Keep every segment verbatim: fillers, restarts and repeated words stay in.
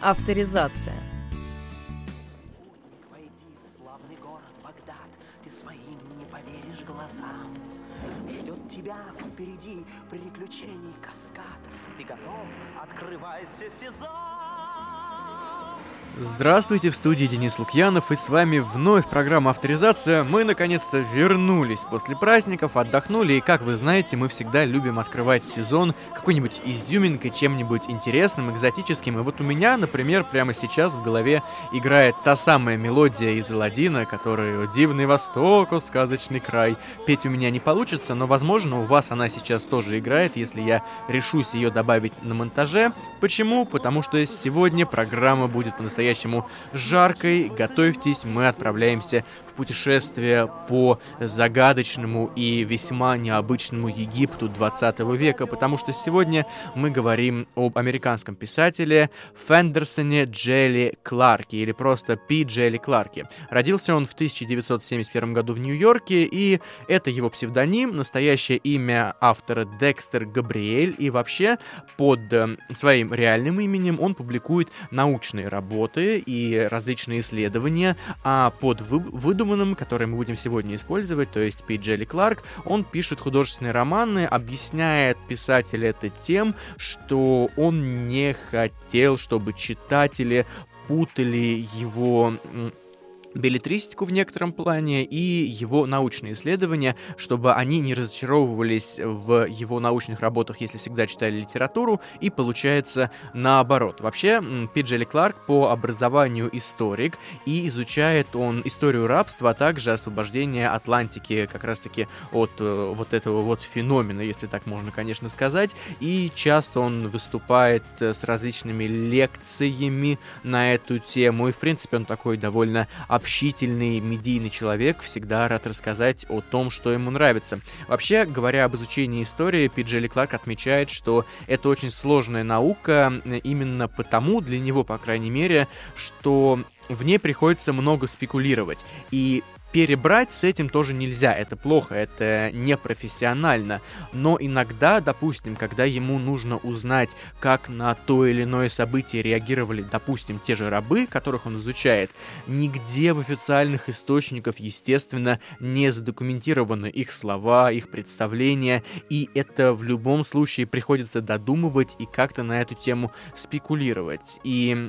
Авторизация. Войди в славный город Багдад, ты своим не поверишь глазам. Ждет тебя впереди приключений каскад. Ты готов? Открывайся, сезон! Здравствуйте, в студии Денис Лукьянов, и с вами вновь программа «Авторизация». Мы наконец-то вернулись после праздников, отдохнули, и, как вы знаете, мы всегда любим открывать сезон какой-нибудь изюминкой, чем-нибудь интересным, экзотическим. И вот у меня, например, прямо сейчас в голове играет та самая мелодия из Аладдина, которая «Дивный Восток, о сказочный край». Петь у меня не получится, но, возможно, у вас она сейчас тоже играет, если я решусь ее добавить на монтаже. Почему? Потому что сегодня программа будет по-настоящему жаркой. Готовьтесь, мы отправляемся в путешествие по загадочному и весьма необычному Египту двадцатого века, потому что сегодня мы говорим об американском писателе Фендерсоне Джелли Кларке, или просто Пи. Джелли Кларке. Родился он в тысяча девятьсот семьдесят первом году в Нью-Йорке, и это его псевдоним, настоящее имя автора Декстер Габриэль, и вообще под э, своим реальным именем он публикует научные работы и различные исследования, а под вы- выдуманным, который мы будем сегодня использовать, то есть Пи. Джелли Кларк, он пишет художественные романы, объясняет писатель это тем, что он не хотел, чтобы читатели путали его беллетристику в некотором плане и его научные исследования, чтобы они не разочаровывались в его научных работах, если всегда читали литературу, и получается наоборот. Вообще, Пи. Джелли Кларк по образованию историк, и изучает он историю рабства, а также освобождение Атлантики как раз-таки от э, вот этого вот феномена, если так можно, конечно, сказать, и часто он выступает с различными лекциями на эту тему, и, в принципе, он такой довольно общительный, медийный человек, всегда рад рассказать о том, что ему нравится. Вообще, говоря об изучении истории, Пи. Джелли Кларк отмечает, что это очень сложная наука, именно потому, для него, по крайней мере, что в ней приходится много спекулировать. И перебрать с этим тоже нельзя, это плохо, это непрофессионально, но иногда, допустим, когда ему нужно узнать, как на то или иное событие реагировали, допустим, те же рабы, которых он изучает, нигде в официальных источниках, естественно, не задокументированы их слова, их представления, и это в любом случае приходится додумывать и как-то на эту тему спекулировать. И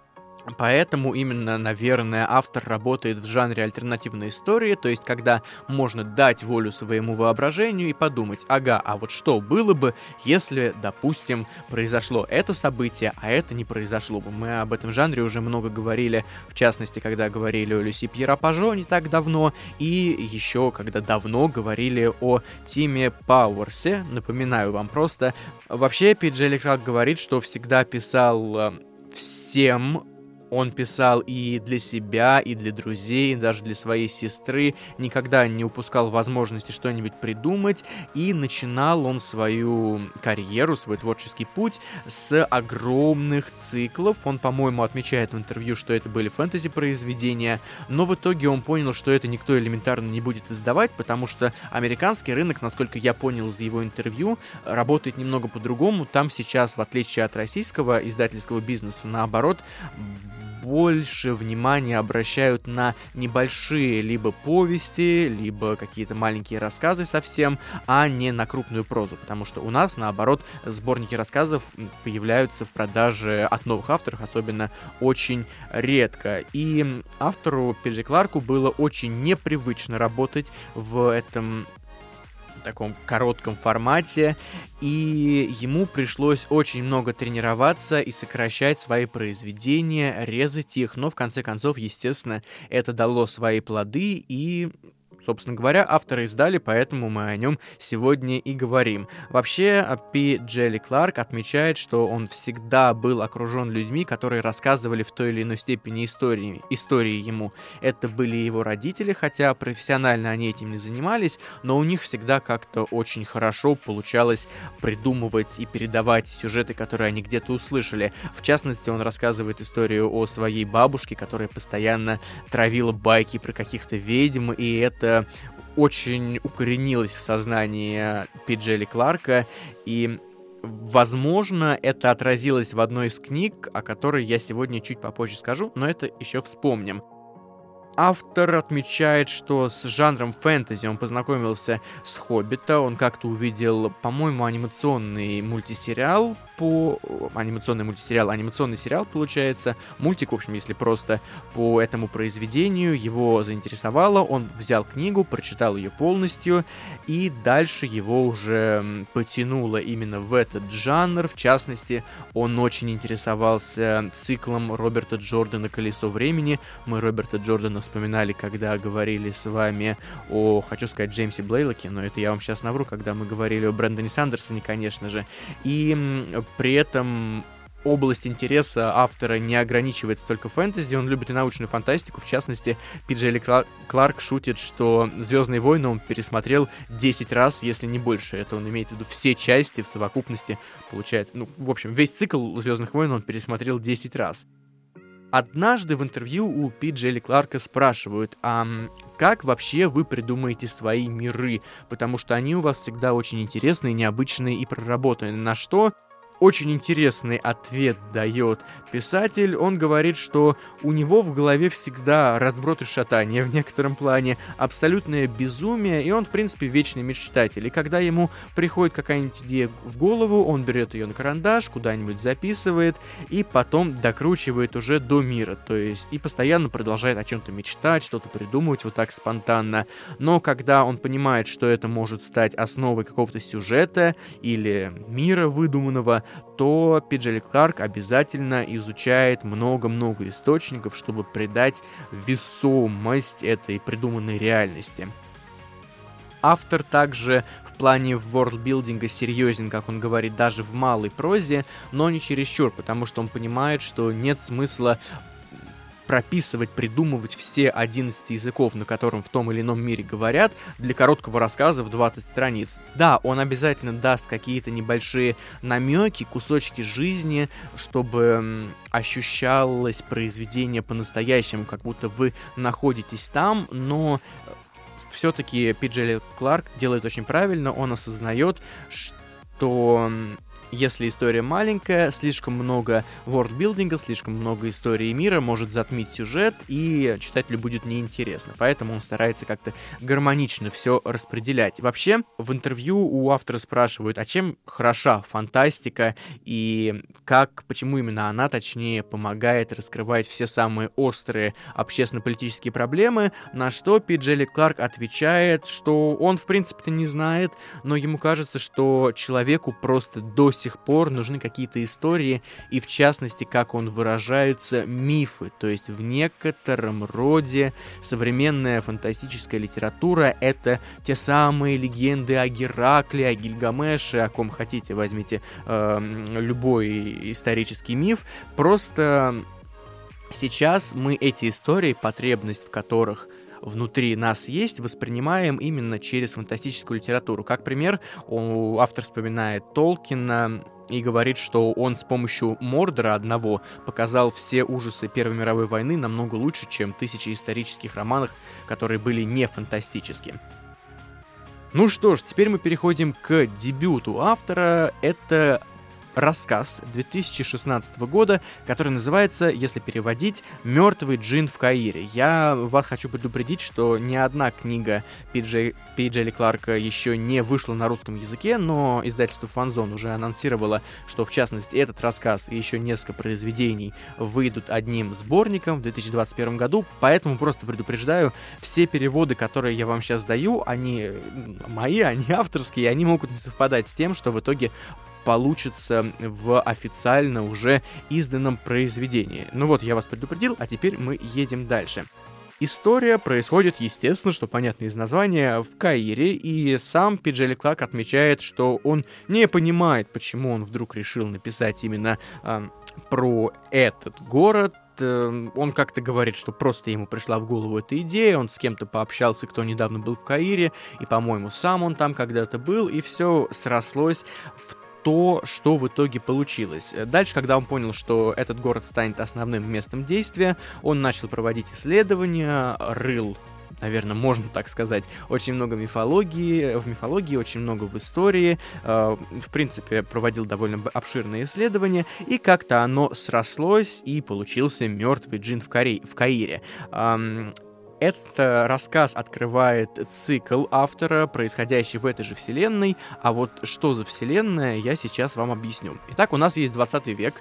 поэтому именно, наверное, автор работает в жанре альтернативной истории, то есть когда можно дать волю своему воображению и подумать, ага, а вот что было бы, если, допустим, произошло это событие, а это не произошло бы. Мы об этом жанре уже много говорили, в частности, когда говорили о Люси Пьера Пажо не так давно, и еще когда давно говорили о Тиме Пауэрсе. Напоминаю вам просто. Вообще, Пи. Джелли Кларк говорит, что всегда писал всем. Он писал и для себя, и для друзей, и даже для своей сестры, никогда не упускал возможности что-нибудь придумать, и начинал он свою карьеру, свой творческий путь с огромных циклов. Он, по-моему, отмечает в интервью, что это были фэнтези-произведения, но в итоге он понял, что это никто элементарно не будет издавать, потому что американский рынок, насколько я понял из его интервью, работает немного по-другому. Там сейчас, в отличие от российского издательского бизнеса, наоборот, больше внимания обращают на небольшие либо повести, либо какие-то маленькие рассказы совсем, а не на крупную прозу, потому что у нас, наоборот, сборники рассказов появляются в продаже от новых авторов, особенно очень редко. И автору Пи. Джелли Кларку было очень непривычно работать в этом таком коротком формате, и ему пришлось очень много тренироваться и сокращать свои произведения, резать их, но в конце концов, естественно, это дало свои плоды, и собственно говоря, авторы издали, поэтому мы о нем сегодня и говорим. Вообще, Пи. Джелли Кларк отмечает, что он всегда был окружен людьми, которые рассказывали в той или иной степени истории, истории ему. Это были его родители, хотя профессионально они этим не занимались, но у них всегда как-то очень хорошо получалось придумывать и передавать сюжеты, которые они где-то услышали. В частности, он рассказывает историю о своей бабушке, которая постоянно травила байки про каких-то ведьм, и это очень укоренилось в сознании Пи. Джелли Кларка, и возможно, это отразилось в одной из книг, о которой я сегодня чуть попозже скажу, но это еще вспомним. Автор отмечает, что с жанром фэнтези он познакомился с «Хоббита». Он как-то увидел, по-моему, анимационный мультисериал по... Анимационный мультисериал, анимационный сериал, получается. Мультик, в общем, если просто по этому произведению. Его заинтересовало. Он взял книгу, прочитал ее полностью. И дальше его уже потянуло именно в этот жанр. В частности, он очень интересовался циклом Роберта Джордана «Колесо времени». Мы Роберта Джордана вспоминали, когда говорили с вами о, хочу сказать, Джеймсе Блейлоке, но это я вам сейчас навру, когда мы говорили о Брэндоне Сандерсоне, конечно же. И м, при этом область интереса автора не ограничивается только фэнтези, он любит и научную фантастику. В частности, Пи Джей Кларк шутит, что «Звездные войны» он пересмотрел десять раз, если не больше. Это он имеет в виду все части в совокупности, получает, ну, в общем, весь цикл «Звездных войн» он пересмотрел десять раз. Однажды в интервью у Пи Джей Кларка спрашивают, а как вообще вы придумаете свои миры? Потому что они у вас всегда очень интересные, необычные и проработанные. На что очень интересный ответ дает писатель. Он говорит, что у него в голове всегда разброд и шатание в некотором плане, абсолютное безумие, и он, в принципе, вечный мечтатель. И когда ему приходит какая-нибудь идея в голову, он берет ее на карандаш, куда-нибудь записывает, и потом докручивает уже до мира. То есть и постоянно продолжает о чем-то мечтать, что-то придумывать вот так спонтанно. Но когда он понимает, что это может стать основой какого-то сюжета или мира выдуманного, то Пи Джей Кларк обязательно изучает много-много источников, чтобы придать весомость этой придуманной реальности. Автор также в плане ворлдбилдинга серьезен, как он говорит, даже в малой прозе, но не чересчур, потому что он понимает, что нет смысла прописывать, придумывать все одиннадцать языков, на котором в том или ином мире говорят, для короткого рассказа в двадцать страниц. Да, он обязательно даст какие-то небольшие намеки, кусочки жизни, чтобы ощущалось произведение по-настоящему, как будто вы находитесь там, но все-таки Пи Джей Кларк делает очень правильно, он осознает, что если история маленькая, слишком много ворлдбилдинга, слишком много истории мира может затмить сюжет, и читателю будет неинтересно. Поэтому он старается как-то гармонично все распределять. Вообще, в интервью у автора спрашивают, а чем хороша фантастика, и как, почему именно она, точнее, помогает раскрывать все самые острые общественно-политические проблемы, на что Пи Джей Кларк отвечает, что он, в принципе-то, не знает, но ему кажется, что человеку просто до сих сих пор нужны какие-то истории, и в частности, как он выражается, мифы. То есть в некотором роде современная фантастическая литература — это те самые легенды о Геракле, о Гильгамеше, о ком хотите, возьмите э, любой исторический миф. Просто сейчас мы эти истории, потребность в которых внутри нас есть, воспринимаем именно через фантастическую литературу. Как пример, автор вспоминает Толкина и говорит, что он с помощью Мордора одного показал все ужасы Первой мировой войны намного лучше, чем тысячи исторических романов, которые были не фантастические. Ну что ж, теперь мы переходим к дебюту автора. Это рассказ две тысячи шестнадцатого года, который называется, если переводить, «Мертвый джин в Каире». Я вас хочу предупредить, что ни одна книга Пи Джей Кларка еще не вышла на русском языке, но издательство Фанзон уже анонсировало, что в частности этот рассказ и еще несколько произведений выйдут одним сборником в две тысячи двадцать первом году, поэтому просто предупреждаю, все переводы, которые я вам сейчас даю, они мои, они авторские, они могут не совпадать с тем, что в итоге получится в официально уже изданном произведении. Ну вот, я вас предупредил, а теперь мы едем дальше. История происходит, естественно, что понятно из названия, в Каире, и сам Пи Джей Кларк отмечает, что он не понимает, почему он вдруг решил написать именно э, про этот город. Он как-то говорит, что просто ему пришла в голову эта идея, он с кем-то пообщался, кто недавно был в Каире, и, по-моему, сам он там когда-то был, и все срослось в то, что в итоге получилось. Дальше, когда он понял, что этот город станет основным местом действия, он начал проводить исследования, рыл наверное, можно так сказать. Очень много мифологии, в мифологии, очень много в истории. Э, в принципе, проводил довольно обширные исследования, и как-то оно срослось, и получился «Мертвый джин в, Кори- в Каире». Эм, Этот рассказ открывает цикл автора, происходящий в этой же вселенной, а вот что за вселенная, я сейчас вам объясню. Итак, у нас есть двадцатый век,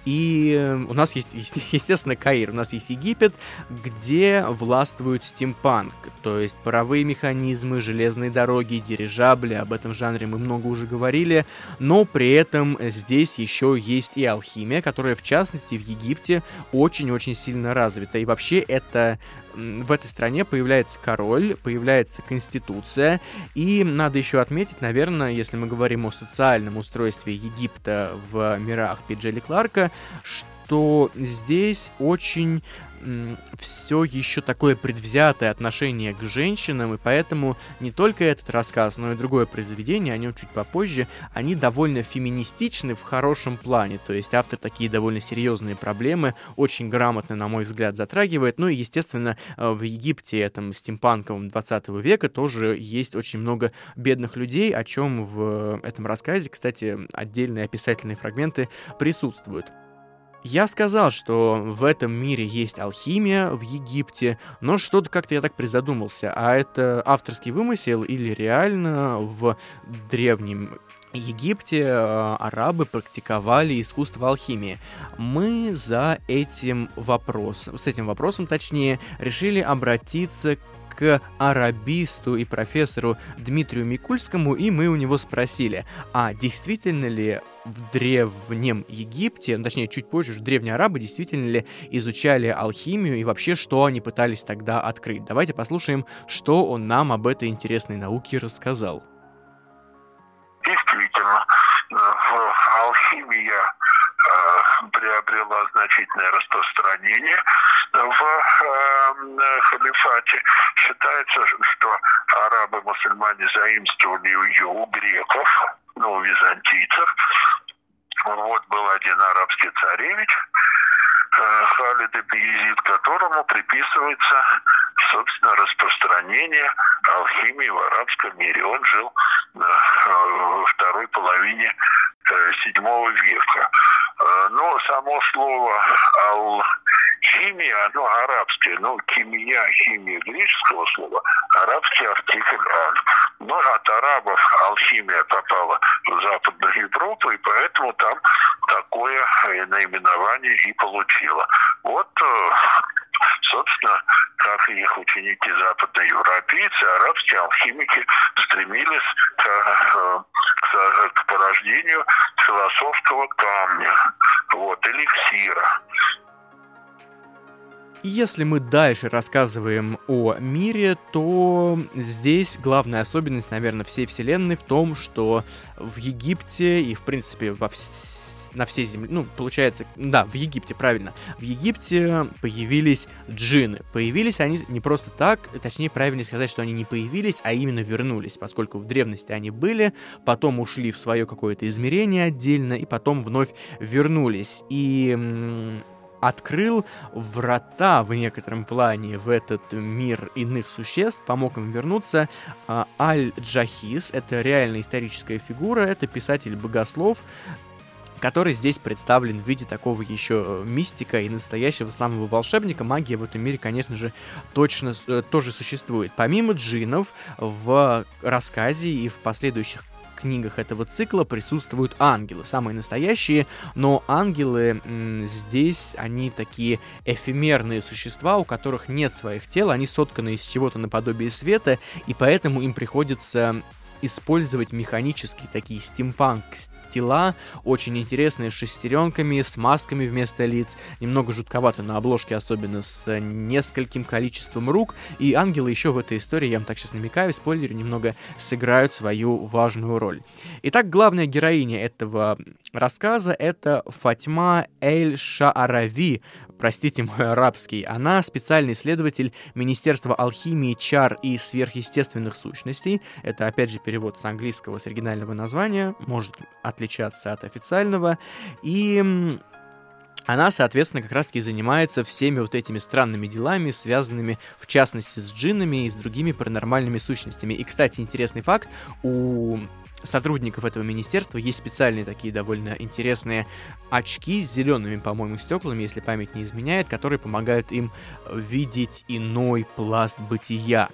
и у нас есть, естественно, Каир, у нас есть Египет, где властвует стимпанк, то есть паровые механизмы, железные дороги, дирижабли, об этом жанре мы много уже говорили, но при этом здесь еще есть и алхимия, которая, в частности, в Египте очень-очень сильно развита, и вообще это... В этой стране появляется король, появляется конституция, и надо еще отметить, наверное, если мы говорим о социальном устройстве Египта в мирах Пи Джей Кларка, что здесь очень все еще такое предвзятое отношение к женщинам, и поэтому не только этот рассказ, но и другое произведение, о нем чуть попозже, они довольно феминистичны в хорошем плане, то есть автор такие довольно серьезные проблемы очень грамотно, на мой взгляд, затрагивает, ну и, естественно, в Египте, этом стимпанковом двадцатого века, тоже есть очень много бедных людей, о чем в этом рассказе, кстати, отдельные описательные фрагменты присутствуют. Я сказал, что в этом мире есть алхимия в Египте, но что-то как-то я так призадумался, а это авторский вымысел или реально в древнем Египте э, арабы практиковали искусство алхимии? Мы за этим вопросом, с этим вопросом, точнее, решили обратиться к арабисту и профессору Дмитрию Микульскому, и мы у него спросили, а действительно ли в древнем Египте, ну, точнее, чуть позже, древние арабы действительно ли изучали алхимию и вообще, что они пытались тогда открыть? Давайте послушаем, что он нам об этой интересной науке рассказал. Действительно, в алхимия э, приобрела значительное распространение в э, халифате. Считается, что арабы-мусульмане заимствовали ее у греков, ну, у византийцев. Вот был один арабский царевич, э, Халид ибн Езид, которому приписывается, собственно, распространение алхимии в арабском мире. Он жил э, во второй половине э, седьмого века. Э, но само слово алхимия, оно арабское, ну, кимия, химия греческого слова, арабский артикль аль. Но от арабов алхимия попала в Западную Европу, и поэтому там такое наименование и получила. Вот, собственно, как и их ученики западноевропейцы, арабские алхимики стремились к, к, к порождению философского камня, вот, эликсира. И если мы дальше рассказываем о мире, то здесь главная особенность, наверное, всей вселенной в том, что в Египте и, в принципе, во вс... на всей земле, ну, получается, да, в Египте, правильно, в Египте появились джинны. Появились они не просто так, точнее, правильнее сказать, что они не появились, а именно вернулись, поскольку в древности они были, потом ушли в свое какое-то измерение отдельно, и потом вновь вернулись. И... открыл врата в некотором плане в этот мир иных существ, помог им вернуться а, Аль-Джахис. Это реальная историческая фигура, это писатель-богослов, который здесь представлен в виде такого еще мистика и настоящего самого волшебника. Магия в этом мире, конечно же, точно тоже существует. Помимо джиннов, в рассказе и в последующих книгах этого цикла присутствуют ангелы, самые настоящие, но ангелы м, здесь, они такие эфемерные существа, у которых нет своих тел, они сотканы из чего-то наподобие света, и поэтому им приходится использовать механические такие стимпанк-тела, очень интересные, с шестеренками, с масками вместо лиц, немного жутковато на обложке, особенно с нескольким количеством рук, и ангелы еще в этой истории, я вам так сейчас намекаю, спойлерю, немного сыграют свою важную роль. Итак, главная героиня этого рассказа — это Фатьма Эль-Шаарави, простите мой арабский. Она специальный исследователь Министерства алхимии, чар и сверхъестественных сущностей. Это, опять же, перевод с английского, с оригинального названия, может отличаться от официального. И она, соответственно, как раз-таки занимается всеми вот этими странными делами, связанными, в частности, с джиннами и с другими паранормальными сущностями. И, кстати, интересный факт, у сотрудников этого министерства есть специальные такие довольно интересные очки с зелеными, по-моему, стеклами, если память не изменяет, которые помогают им видеть иной пласт бытия.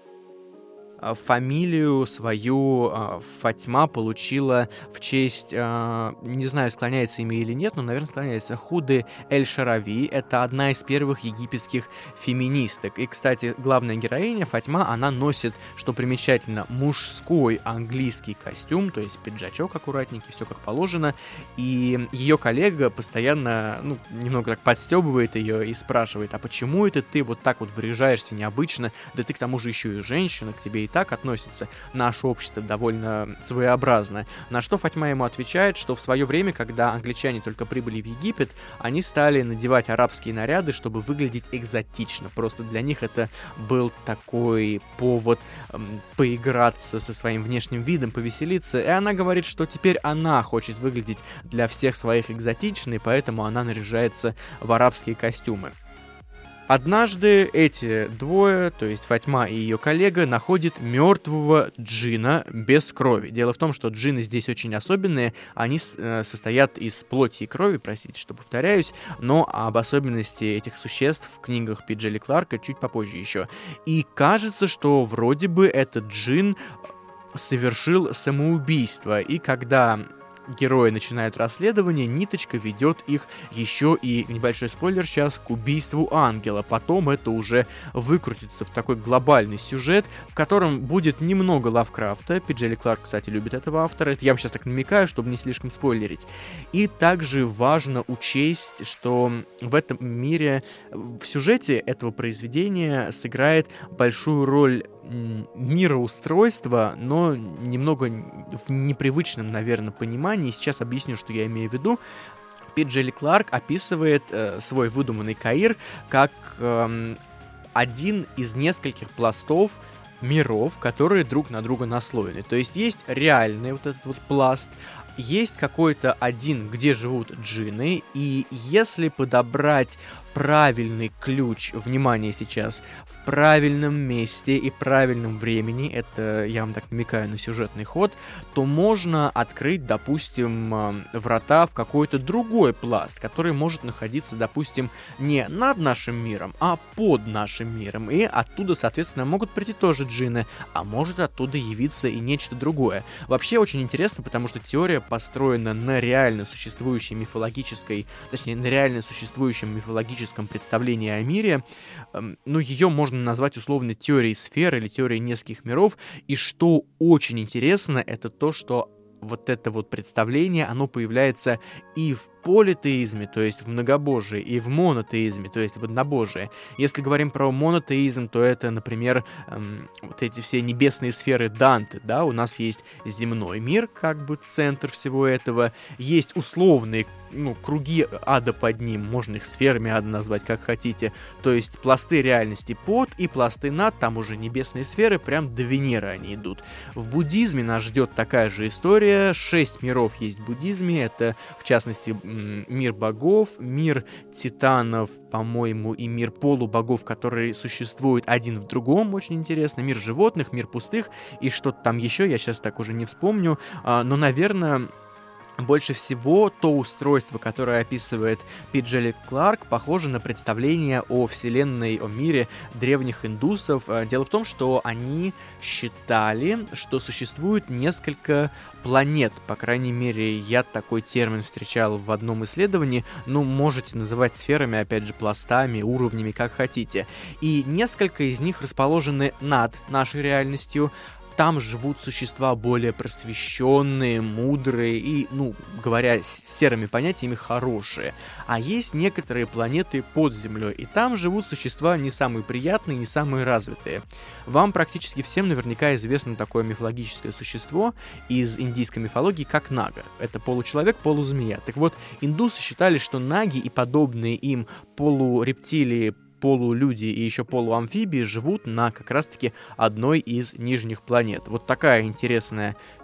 Фамилию свою э, Фатьма получила в честь, э, не знаю, склоняется имя или нет, но, наверное, склоняется, Худы Эль-Шарави. Это одна из первых египетских феминисток. И, кстати, главная героиня Фатьма, она носит, что примечательно, мужской английский костюм, то есть пиджачок аккуратненький, все как положено. И ее коллега постоянно, ну, немного так подстебывает ее и спрашивает, а почему это ты вот так вот выряжаешься необычно, да ты к тому же еще и женщина, к тебе и так относится наше общество довольно своеобразно. На что Фатьма ему отвечает, что в свое время, когда англичане только прибыли в Египет, они стали надевать арабские наряды, чтобы выглядеть экзотично. Просто для них это был такой повод эм, поиграться со своим внешним видом, повеселиться. И она говорит, что теперь она хочет выглядеть для всех своих экзотично, и поэтому она наряжается в арабские костюмы. Однажды эти двое, то есть Фатьма и ее коллега, находят мертвого джинна без крови. Дело в том, что джинны здесь очень особенные, они э, состоят из плоти и крови, простите, что повторяюсь, но об особенности этих существ в книгах Пи. Джелли Кларка чуть попозже еще. И кажется, что вроде бы этот джинн совершил самоубийство, и когда герои начинают расследование, ниточка ведет их еще и, небольшой спойлер сейчас, к убийству ангела. Потом это уже выкрутится в такой глобальный сюжет, в котором будет немного Лавкрафта. Пи. Джелли Кларк, кстати, любит этого автора. Это я вам сейчас так намекаю, чтобы не слишком спойлерить. И также важно учесть, что в этом мире, в сюжете этого произведения сыграет большую роль мироустройства, но немного в непривычном, наверное, понимании. Сейчас объясню, что я имею в виду. Пи. Джелли Кларк описывает э, свой выдуманный Каир как э, один из нескольких пластов миров, которые друг на друга наслоены. То есть есть реальный вот этот вот пласт, есть какой-то один, где живут джинны, и если подобрать правильный ключ, внимание сейчас, в правильном месте и правильном времени, это я вам так намекаю на сюжетный ход, то можно открыть, допустим, врата в какой-то другой пласт, который может находиться, допустим, не над нашим миром, а под нашим миром, и оттуда, соответственно, могут прийти тоже джинны, а может оттуда явиться и нечто другое. Вообще очень интересно, потому что теория построена на реально существующей мифологической, точнее, на реально существующем мифологическом представлении о мире. Ну, ее можно назвать условно теорией сфер или теорией нескольких миров. И что очень интересно, это то, что вот это вот представление, оно появляется и в политеизме, то есть в многобожии, и в монотеизме, то есть в однобожии. Если говорим про монотеизм, то это, например, эм, вот эти все небесные сферы Данте, да, у нас есть земной мир, как бы центр всего этого, есть условные, ну, круги ада под ним, можно их сферами ада назвать, как хотите, то есть пласты реальности под и пласты над, там уже небесные сферы, прям до Венеры они идут. В буддизме нас ждет такая же история, шесть миров есть в буддизме, это, в частности, мир богов, мир титанов, по-моему, и мир полубогов, которые существуют один в другом, очень интересно, мир животных, мир пустых и что-то там еще, я сейчас так уже не вспомню, но, наверное, больше всего то устройство, которое описывает Пи. Джелли Кларк, похоже на представление о вселенной, о мире древних индусов. Дело в том, что они считали, что существует несколько планет, по крайней мере, я такой термин встречал в одном исследовании, ну, можете называть сферами, опять же, пластами, уровнями, как хотите. И несколько из них расположены над нашей реальностью. Там живут существа более просвещенные, мудрые и, ну, говоря серыми понятиями, хорошие. А есть некоторые планеты под землей, и там живут существа не самые приятные, не самые развитые. Вам практически всем наверняка известно такое мифологическое существо из индийской мифологии, как Нага. Это получеловек, полузмея. Так вот, индусы считали, что наги и подобные им полурептилии, полулюди и еще полуамфибии живут на как раз-таки одной из нижних планет. Вот такая интересная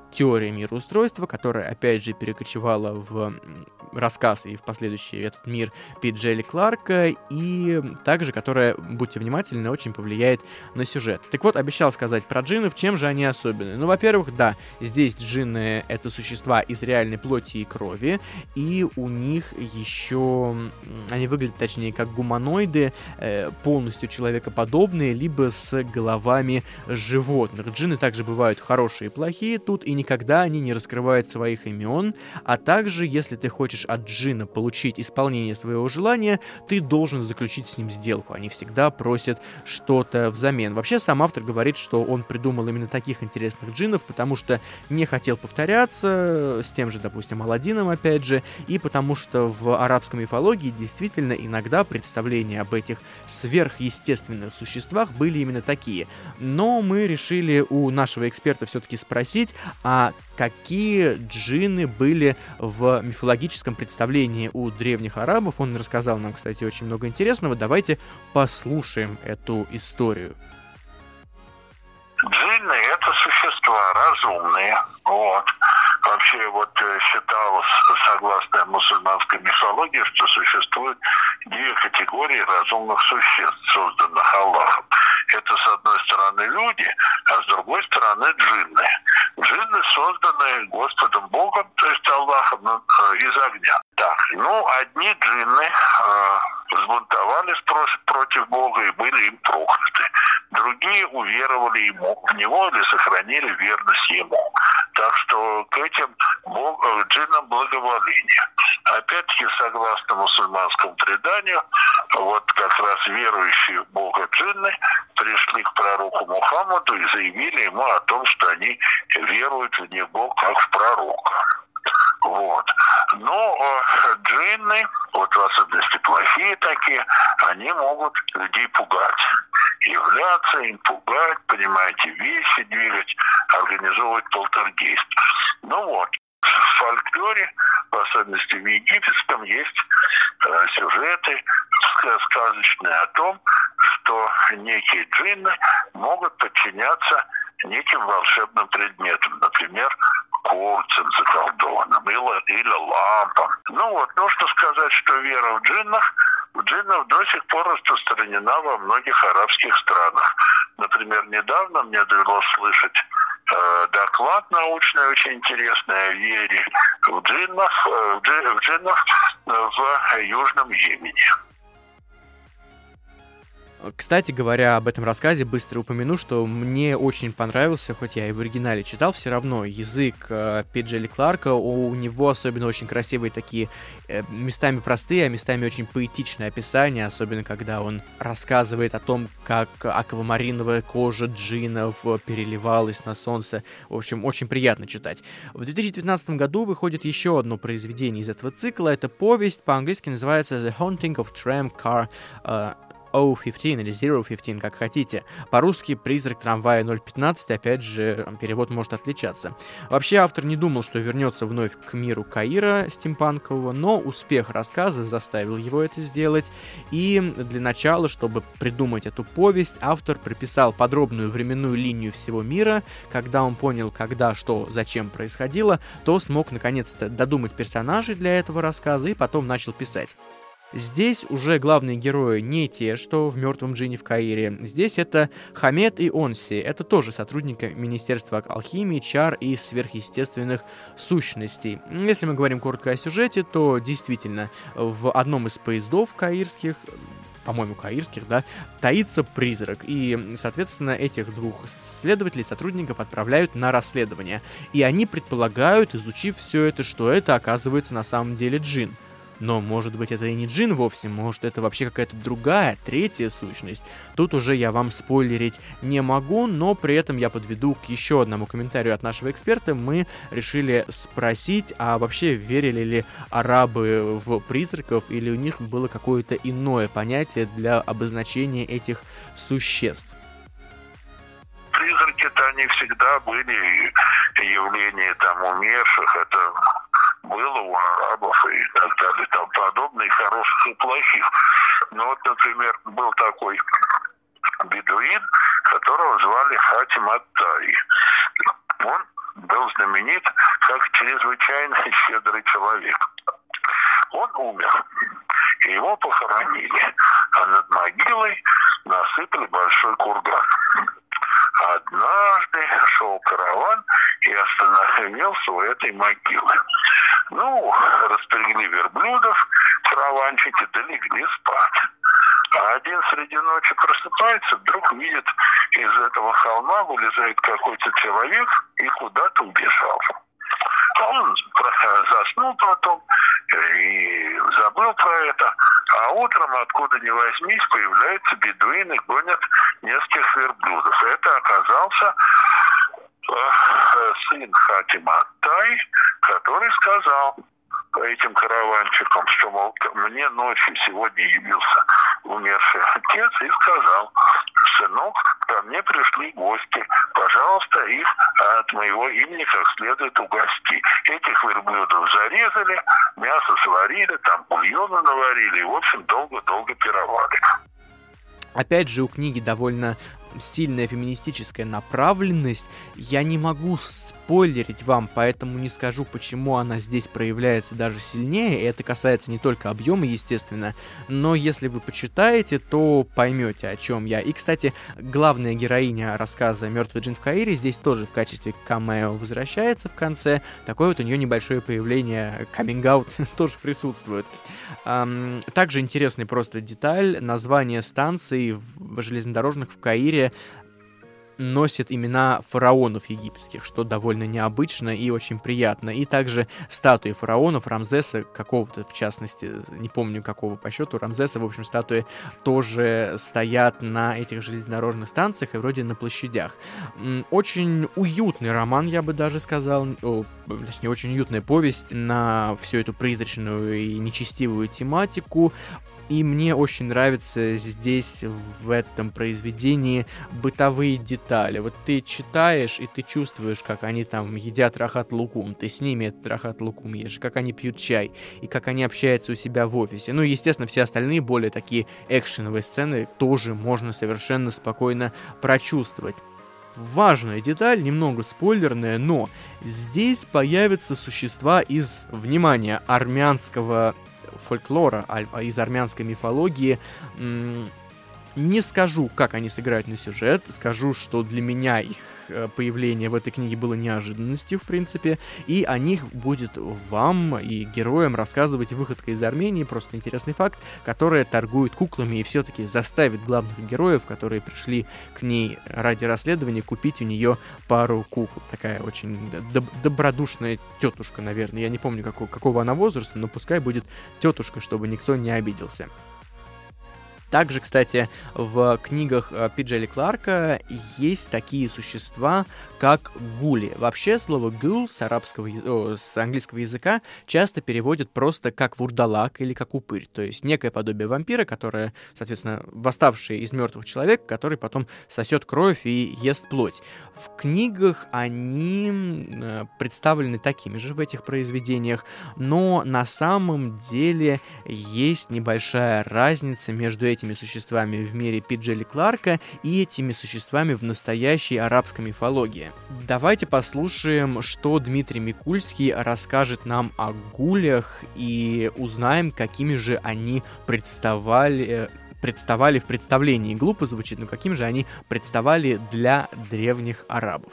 теория мироустройства, которая, опять же, перекочевала в рассказ и в последующий этот мир Пи. Джилли Кларка, и также, которая, будьте внимательны, очень повлияет на сюжет. Так вот, обещал сказать про джиннов, чем же они особенны. Ну, во-первых, да, здесь джинны — это существа из реальной плоти и крови, и у них еще... Они выглядят, точнее, как гуманоиды, э, полностью человекоподобные, либо с головами животных. Джинны также бывают хорошие и плохие тут, и никогда они не раскрывают своих имен, а также, если ты хочешь от джинна получить исполнение своего желания, ты должен заключить с ним сделку. Они всегда просят что-то взамен. Вообще, сам автор говорит, что он придумал именно таких интересных джиннов, потому что не хотел повторяться с тем же, допустим, Аладдином, опять же, и потому что в арабской мифологии действительно иногда представления об этих сверхъестественных существах были именно такие. Но мы решили у нашего эксперта все-таки спросить, а какие джинны были в мифологическом представлении у древних арабов. Он рассказал нам, кстати, очень много интересного. Давайте послушаем эту историю. Джинны — это существа разумные. Вот. Вообще вот считалось, согласно мусульманской мифологии, что существует две категории разумных существ, созданных Аллахом. Это, с одной стороны, люди, а с другой стороны, джинны. Джинны созданы Господом Богом, то есть Аллахом, из огня. Так, ну, одни джинны э, взбунтовались против, против Бога и были им прокляты. Другие уверовали ему, в него или сохранили верность ему. Так что к этим бог, джиннам благоволение. Опять-таки, согласно мусульманскому преданию, вот как раз верующие в Бога джинны пришли к пророку Мухаммаду и заявили ему о том, что они веруют в него как в пророка. Вот. Но э, джинны, вот в особенности плохие такие, они могут людей пугать. Являться им, пугать, понимаете, вещи двигать, организовывать полтергейст. Ну вот, в фольклоре, в особенности в египетском, есть э, сюжеты сказочные о том, что некие джинны могут подчиняться неким волшебным предметам, например, кольцам заколдованным или, или лампам. Ну вот, нужно сказать, что вера в джиннах, в джиннов до сих пор распространена во многих арабских странах. Например, недавно мне довелось слышать э, доклад научный, очень интересный, о вере в джиннах, э, в джиннах в Южном Йемене. Кстати говоря, об этом рассказе быстро упомяну, что мне очень понравился, хоть я и в оригинале читал, все равно язык э, Пи. Джилли Кларка, у него особенно очень красивые такие, э, местами простые, а местами очень поэтичные описания, особенно когда он рассказывает о том, как аквамариновая кожа джиннов переливалась на солнце. В общем, очень приятно читать. В две тысячи девятнадцатом году выходит еще одно произведение из этого цикла, это повесть, по-английски называется The Haunting of Tram Car э, о пятнадцать или зеро пятнадцать, как хотите. По-русски «Призрак трамвая ноль пятнадцать», опять же, перевод может отличаться. Вообще, автор не думал, что вернется вновь к миру Каира стимпанкового, но успех рассказа заставил его это сделать. И для начала, чтобы придумать эту повесть, автор прописал подробную временную линию всего мира. Когда он понял, когда, что, зачем происходило, то смог наконец-то додумать персонажей для этого рассказа и потом начал писать. Здесь уже главные герои не те, что в «Мертвом джинне» в Каире. Здесь это Хамед и Онси. Это тоже сотрудники Министерства алхимии, чар и сверхъестественных сущностей. Если мы говорим коротко о сюжете, то действительно в одном из поездов каирских, по-моему, каирских, да, таится призрак. И, соответственно, этих двух следователей, сотрудников отправляют на расследование. И они предполагают, изучив все это, что это оказывается на самом деле джин. Но, может быть, это и не джин вовсе, может, это вообще какая-то другая, третья сущность. Тут уже я вам спойлерить не могу, но при этом я подведу к еще одному комментарию от нашего эксперта. Мы решили спросить, а вообще верили ли арабы в призраков, или у них было какое-то иное понятие для обозначения этих существ? Призраки-то они всегда были явления там умерших, это было у арабов и так далее, и тому подобное, и хороших, и плохих. Ну вот, например, был такой бедуин, которого звали Хатим ат-Таи. Он был знаменит как чрезвычайно щедрый человек. Он умер, и его похоронили, а над могилой насыпали большой курган. Однажды шел караван и остановился у этой могилы. Ну, распрягли верблюдов, караванщики, да легли спать. А один среди ночи просыпается, вдруг видит, из этого холма вылезает какой-то человек и куда-то убежал. Он заснул потом и забыл про это. А утром, откуда ни возьмись, появляются бедуины, гонят нескольких верблюдов. Это оказался э, сын Хатима Тай, который сказал этим караванщикам, что, мол, мне ночью сегодня явился умерший отец и сказал: сынок, ко мне пришли гости, пожалуйста, их от моего имени как следует угости. Этих верблюдов зарезали, мясо сварили, там бульона наварили, и, в общем, долго-долго пировали. Опять же, у книги довольно сильная феминистическая направленность. Я не могу спойлерить вам, поэтому не скажу, почему она здесь проявляется даже сильнее. И это касается не только объема, естественно, но если вы почитаете, то поймете, о чем я. И, кстати, главная героиня рассказа «Мертвый джин в Каире» здесь тоже в качестве камео возвращается в конце. Такое вот у нее небольшое появление, каминг-аут тоже присутствует. Также интересный просто деталь: название станций в железнодорожных в Каире носит имена фараонов египетских, что довольно необычно и очень приятно. И также статуи фараонов, Рамзеса какого-то, в частности, не помню какого по счету, Рамзеса, в общем, статуи тоже стоят на этих железнодорожных станциях и вроде на площадях. Очень уютный роман, я бы даже сказал, о, точнее, очень уютная повесть на всю эту призрачную и нечестивую тематику. И мне очень нравятся здесь, в этом произведении, бытовые детали. Вот ты читаешь, и ты чувствуешь, как они там едят рахат лукум. Ты с ними этот рахат лукум ешь, как они пьют чай, и как они общаются у себя в офисе. Ну и, естественно, все остальные более такие экшеновые сцены тоже можно совершенно спокойно прочувствовать. Важная деталь, немного спойлерная, но здесь появятся существа из, внимания, армянского фольклора, из армянской мифологии. Не скажу, как они сыграют на сюжет, скажу, что для меня их появление в этой книге было неожиданностью, в принципе, и о них будет вам и героям рассказывать выходка из Армении, просто интересный факт, которая торгует куклами и все-таки заставит главных героев, которые пришли к ней ради расследования, купить у нее пару кукол. Такая очень доб- добродушная тетушка, наверное. Я не помню, какого, какого она возраста, но пускай будет тетушка, чтобы никто не обиделся. Также, кстати, в книгах Пи Джей Кларка есть такие существа, как гули. Вообще, слово гул с арабского, о, с английского языка часто переводят просто как вурдалак или как упырь. То есть некое подобие вампира, которое, соответственно, восставший из мертвых человек, который потом сосет кровь и ест плоть. В книгах они представлены такими же в этих произведениях, но на самом деле есть небольшая разница между этими этими существами в мире Пи Джей Кларка и этими существами в настоящей арабской мифологии. Давайте послушаем, что Дмитрий Микульский расскажет нам о гулях, и узнаем, какими же они представали, представали в представлении. Глупо звучит, но каким же они представали для древних арабов.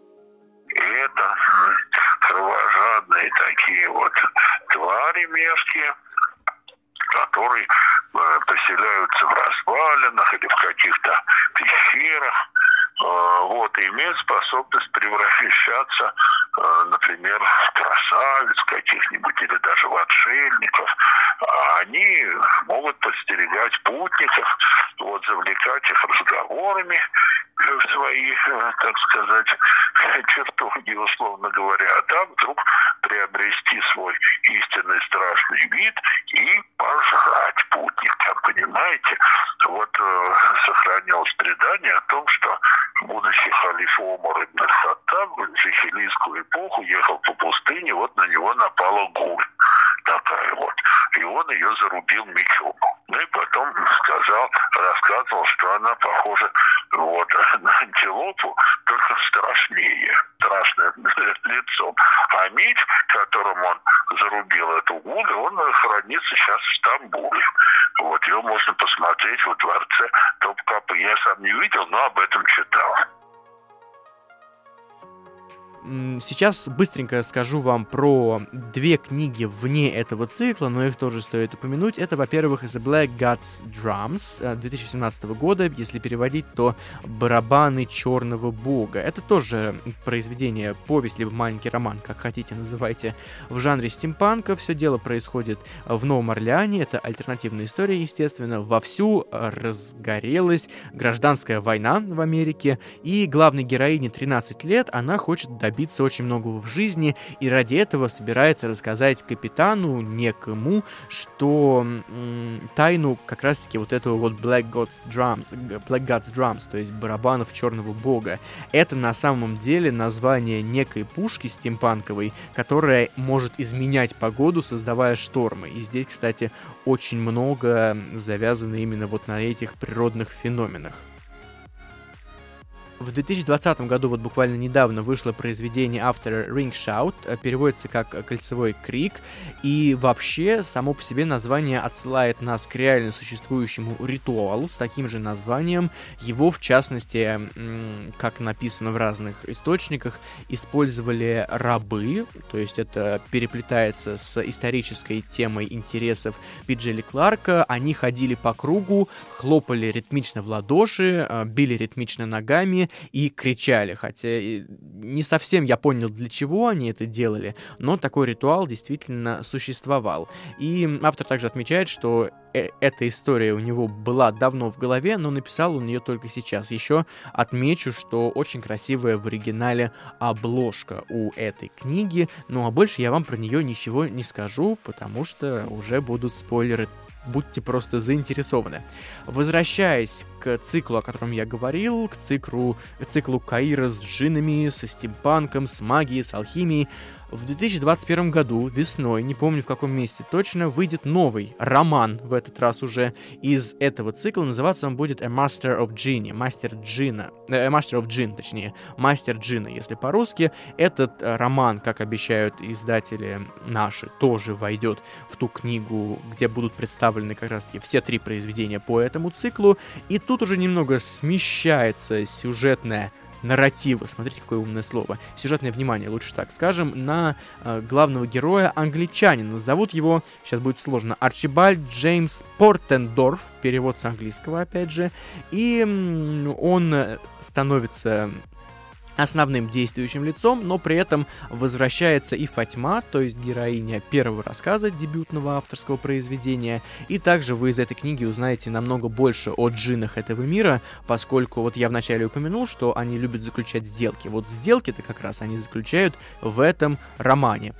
Это кровожадные такие вот твари мерзкие, которые поселяются в развалинах или в каких-то пещерах, вот, и имеют способность превращаться, например, в красавиц каких-нибудь или даже в отшельников. Они могут подстерегать путников, вот, завлекать их разговорами в свои, так сказать, чертоги, условно говоря, а там вдруг приобрести свой истинный страшный вид и пожрать путника, понимаете? Вот э, сохранилось предание о том, что будущий халиф Омар ибн аль-Хаттаб в джахилийскую эпоху ехал по пустыне, вот на него напала гуль такая вот, и он ее зарубил мечом. Ну и потом сказал, рассказывал, что она похожа вот на антилопу, только страшнее, страшное лицом. А меч, которым он зарубил эту Гуду, он хранится сейчас в Стамбуле. Вот его можно посмотреть во дворце Топкапы. Я сам не видел, но об этом читал. Сейчас быстренько скажу вам про две книги вне этого цикла, но их тоже стоит упомянуть. Это, во-первых, The Black God's Drums две тысячи семнадцатого года, если переводить, то «Барабаны черного бога». Это тоже произведение, повесть, либо маленький роман, как хотите называйте, в жанре стимпанка. Все дело происходит в Новом Орлеане, это альтернативная история, естественно. Вовсю разгорелась гражданская война в Америке, и главной героине тринадцать лет, она хочет добиться добиться очень многого в жизни, и ради этого собирается рассказать капитану некому, что м, тайну как раз-таки вот этого вот Black God's Drums, Black God's Drums, то есть барабанов черного бога. Это на самом деле название некой пушки стимпанковой, которая может изменять погоду, создавая штормы. И здесь, кстати, очень много завязано именно вот на этих природных феноменах. В две тысячи двадцатом году, вот буквально недавно, вышло произведение автора Ring Shout, переводится как «Кольцевой крик», и вообще само по себе название отсылает нас к реально существующему ритуалу с таким же названием. Его, в частности, как написано в разных источниках, использовали рабы, то есть это переплетается с исторической темой интересов Пи. Джилли Кларка. Они ходили по кругу, хлопали ритмично в ладоши, били ритмично ногами и кричали, хотя не совсем я понял, для чего они это делали, но такой ритуал действительно существовал. И автор также отмечает, что э- эта история у него была давно в голове, но написал он ее только сейчас. Еще отмечу, что очень красивая в оригинале обложка у этой книги, ну а больше я вам про нее ничего не скажу, потому что уже будут спойлеры. Будьте просто заинтересованы. Возвращаясь к циклу, о котором я говорил, к циклу, к циклу Каира с джиннами, со стимпанком, с магией, с алхимией, в две тысячи двадцать первом году, весной, не помню в каком месте точно, выйдет новый роман, в этот раз уже из этого цикла. Называться он будет A Master of Genie, Мастер Джина, э, Master of Jinn, точнее, Мастер Джина, если по-русски. Этот э, роман, как обещают издатели наши, тоже войдет в ту книгу, где будут представлены как раз-таки все три произведения по этому циклу. И тут уже немного смещается сюжетная нарратива, смотрите, какое умное слово, сюжетное внимание, лучше так скажем, на э, главного героя англичанина. Зовут его, сейчас будет сложно, Арчибальд Джеймс Портендорф, перевод с английского, опять же, и м, он становится основным действующим лицом, но при этом возвращается и Фатьма, то есть героиня первого рассказа дебютного авторского произведения, и также вы из этой книги узнаете намного больше о джиннах этого мира, поскольку вот я вначале упомянул, что они любят заключать сделки. Вот сделки-то как раз они заключают в этом романе.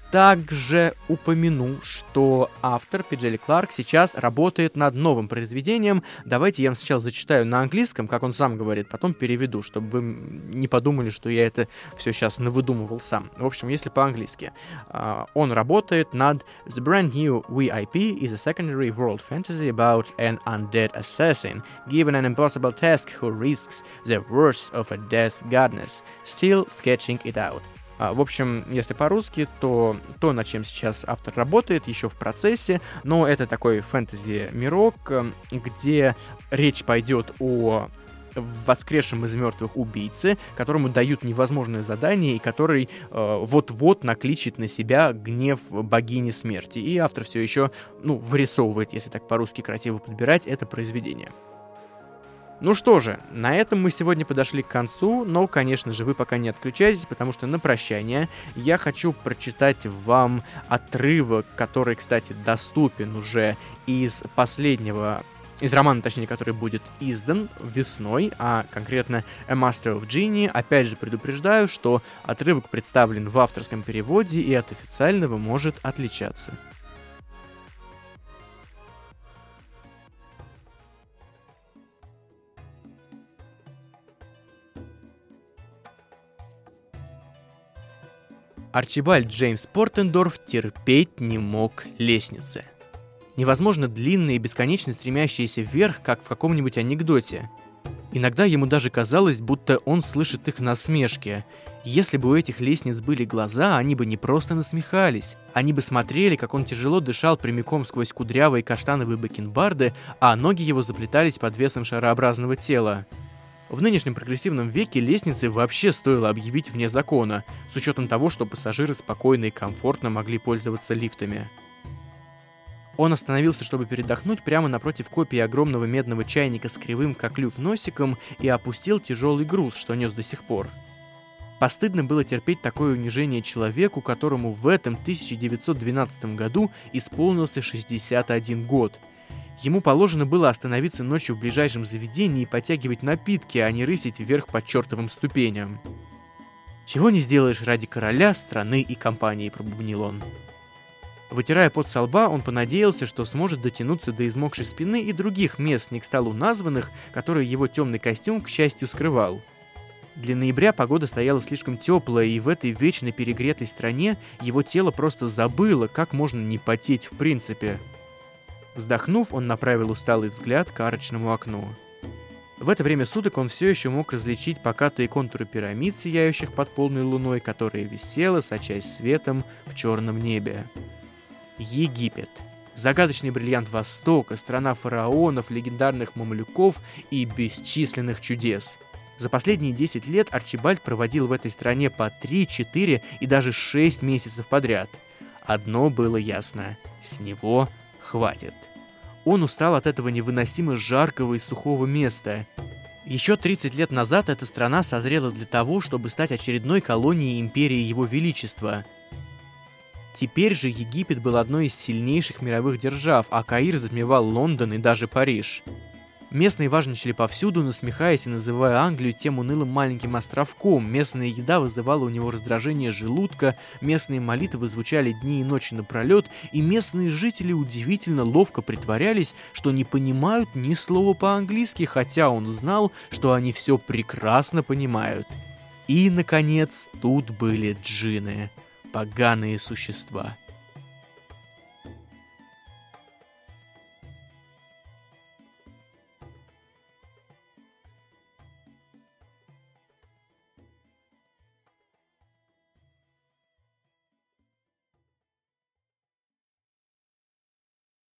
Также упомяну, что автор Пи. Джилли Кларк сейчас работает над новым произведением. Давайте я вам сначала зачитаю на английском, как он сам говорит, потом переведу, чтобы вы не подумали, что я это все сейчас навыдумывал сам. В общем, если по-английски. Uh, он работает над The Brand New ви ай пи is a secondary world fantasy about an undead assassin given an impossible task who risks the worst of a death goddess, still sketching it out. В общем, если по-русски, то то, над чем сейчас автор работает, еще в процессе, но это такой фэнтези-мирок, где речь пойдет о воскресшем из мертвых убийце, которому дают невозможное задание и который э, вот-вот накличет на себя гнев богини смерти. И автор все еще, ну, вырисовывает, если так по-русски красиво подбирать, это произведение. Ну что же, на этом мы сегодня подошли к концу, но, конечно же, вы пока не отключайтесь, потому что на прощание я хочу прочитать вам отрывок, который, кстати, доступен уже из последнего, из романа, точнее, который будет издан весной, а конкретно A Master of Genie. Опять же предупреждаю, что отрывок представлен в авторском переводе и от официального может отличаться. Арчибальд Джеймс Портендорф терпеть не мог лестницы. Невозможно длинные и бесконечно стремящиеся вверх, как в каком-нибудь анекдоте. Иногда ему даже казалось, будто он слышит их насмешки. Если бы у этих лестниц были глаза, они бы не просто насмехались. Они бы смотрели, как он тяжело дышал прямиком сквозь кудрявые каштановые бакенбарды, а ноги его заплетались под весом шарообразного тела. В нынешнем прогрессивном веке лестницы вообще стоило объявить вне закона, с учетом того, что пассажиры спокойно и комфортно могли пользоваться лифтами. Он остановился, чтобы передохнуть прямо напротив копии огромного медного чайника с кривым, как клюв, носиком и опустил тяжелый груз, что нес до сих пор. Постыдно было терпеть такое унижение человеку, которому в этом тысяча девятьсот двенадцатом году исполнился шестьдесят один год. Ему положено было остановиться ночью в ближайшем заведении и потягивать напитки, а не рысить вверх по чертовым ступеням. «Чего не сделаешь ради короля, страны и компании», — пробубнил он. Вытирая пот со лба, он понадеялся, что сможет дотянуться до измокшей спины и других мест, не к столу названных, которые его темный костюм, к счастью, скрывал. Для ноября погода стояла слишком теплая, и в этой вечно перегретой стране его тело просто забыло, как можно не потеть в принципе. Вздохнув, он направил усталый взгляд к арочному окну. В это время суток он все еще мог различить покатые контуры пирамид, сияющих под полной луной, которая висела, сочась светом в черном небе. Египет. Загадочный бриллиант Востока, страна фараонов, легендарных мамлюков и бесчисленных чудес. За последние десять лет Арчибальд проводил в этой стране по три, четыре и даже шесть месяцев подряд. Одно было ясно – с него хватит. Он устал от этого невыносимо жаркого и сухого места. Еще тридцать лет назад эта страна созрела для того, чтобы стать очередной колонией империи Его Величества. Теперь же Египет был одной из сильнейших мировых держав, а Каир затмевал Лондон и даже Париж. Местные важничали повсюду, насмехаясь и называя Англию тем унылым маленьким островком. Местная еда вызывала у него раздражение желудка, местные молитвы звучали дни и ночи напролет, и местные жители удивительно ловко притворялись, что не понимают ни слова по-английски, хотя он знал, что они все прекрасно понимают. И, наконец, тут были джинны. Поганые существа.